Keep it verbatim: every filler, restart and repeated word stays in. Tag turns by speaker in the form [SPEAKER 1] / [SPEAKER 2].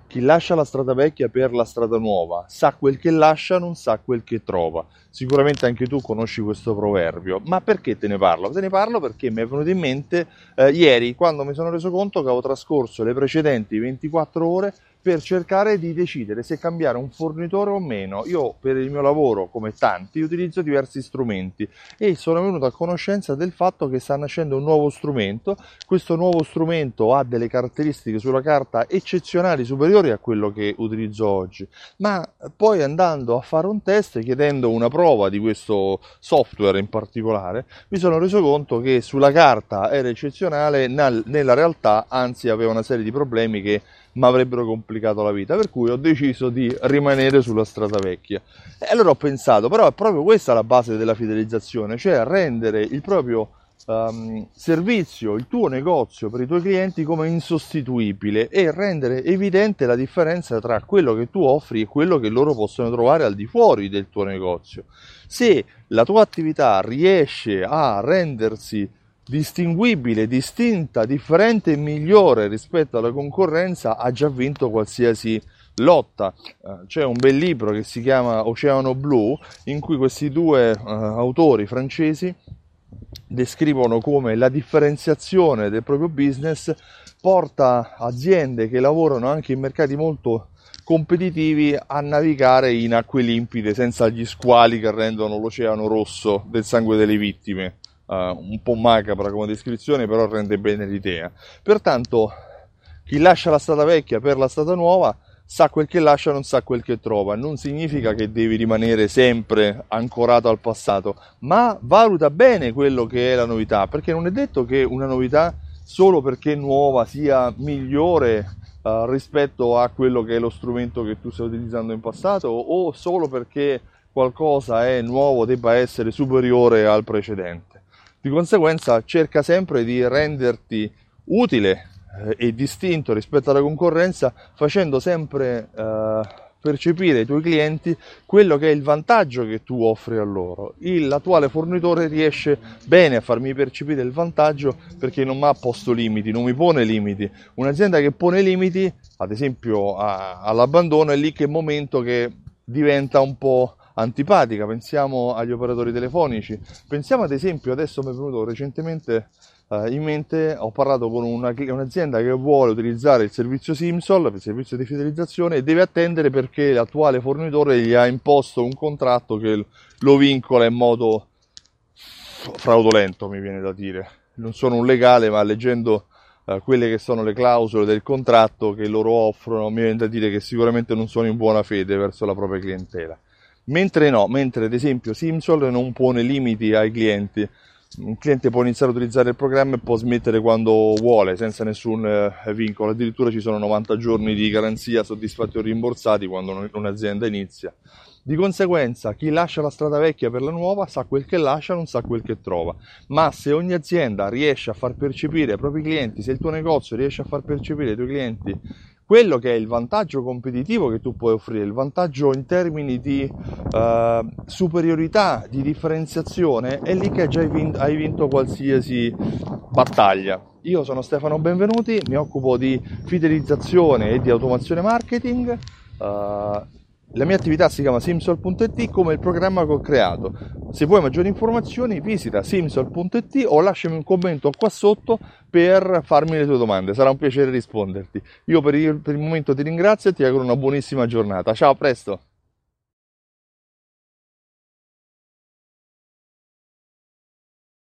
[SPEAKER 1] Chi lascia la strada vecchia per la strada nuova sa quel che lascia, non sa quel che trova. Sicuramente anche tu conosci questo proverbio, ma perché te ne parlo? Te ne parlo perché mi è venuto in mente eh, ieri, quando mi sono reso conto che avevo trascorso le precedenti ventiquattro ore per cercare di decidere se cambiare un fornitore o meno. Io per il mio lavoro, come tanti, utilizzo diversi strumenti e sono venuto a conoscenza del fatto che sta nascendo un nuovo strumento. Questo nuovo strumento ha delle caratteristiche sulla carta eccezionali, superiori a quello che utilizzo oggi, ma poi andando a fare un test, chiedendo una prova di questo software in particolare, mi sono reso conto che sulla carta era eccezionale, nella realtà anzi aveva una serie di problemi che mi avrebbero complicato la vita, per cui ho deciso di rimanere sulla strada vecchia. E allora ho pensato, però è proprio questa la base della fidelizzazione, cioè rendere il proprio um, servizio, il tuo negozio per i tuoi clienti come insostituibile e rendere evidente la differenza tra quello che tu offri e quello che loro possono trovare al di fuori del tuo negozio. Se la tua attività riesce a rendersi distinguibile, distinta, differente e migliore rispetto alla concorrenza, ha già vinto qualsiasi lotta. Uh, c'è un bel libro che si chiama Oceano Blu, in cui questi due uh, autori francesi descrivono come la differenziazione del proprio business porta aziende che lavorano anche in mercati molto competitivi a navigare in acque limpide senza gli squali che rendono l'oceano rosso del sangue delle vittime. Uh, un po' macabra come descrizione, però rende bene l'idea. Pertanto chi lascia la strada vecchia per la strada nuova sa quel che lascia, non sa quel che trova. Non significa che devi rimanere sempre ancorato al passato, ma valuta bene quello che è la novità, perché non è detto che una novità solo perché nuova sia migliore uh, rispetto a quello che è lo strumento che tu stai utilizzando in passato, o solo perché qualcosa è nuovo debba essere superiore al precedente. Di conseguenza cerca sempre di renderti utile eh, e distinto rispetto alla concorrenza, facendo sempre eh, percepire ai tuoi clienti quello che è il vantaggio che tu offri a loro. Il, l'attuale fornitore riesce bene a farmi percepire il vantaggio perché non mi ha posto limiti, non mi pone limiti. Un'azienda che pone limiti, ad esempio a, all'abbandono, è lì che è il momento che diventa un po' antipatica. Pensiamo agli operatori telefonici, pensiamo ad esempio, adesso mi è venuto recentemente eh, in mente, ho parlato con una, un'azienda che vuole utilizzare il servizio Simsol, il servizio di fidelizzazione, e deve attendere perché l'attuale fornitore gli ha imposto un contratto che lo vincola in modo fraudolento, mi viene da dire. Non sono un legale, ma leggendo eh, quelle che sono le clausole del contratto che loro offrono, mi viene da dire che sicuramente non sono in buona fede verso la propria clientela. Mentre no, mentre ad esempio Simsol non pone limiti ai clienti. Un cliente può iniziare a utilizzare il programma e può smettere quando vuole, senza nessun eh, vincolo. Addirittura ci sono novanta giorni di garanzia soddisfatti o rimborsati quando un'azienda inizia. Di conseguenza, chi lascia la strada vecchia per la nuova sa quel che lascia, non sa quel che trova. Ma se ogni azienda riesce a far percepire ai propri clienti, se il tuo negozio riesce a far percepire ai tuoi clienti quello che è il vantaggio competitivo che tu puoi offrire, il vantaggio in termini di uh, superiorità, di differenziazione, è lì che già hai vinto, hai vinto qualsiasi battaglia. Io sono Stefano Benvenuti, mi occupo di fidelizzazione e di automazione marketing. Uh, La mia attività si chiama simsol punto it, come il programma che ho creato. Se vuoi maggiori informazioni visita simsol punto it o lasciami un commento qua sotto per farmi le tue domande, sarà un piacere risponderti. Io per il, per il momento ti ringrazio e ti auguro una buonissima giornata. Ciao, a presto!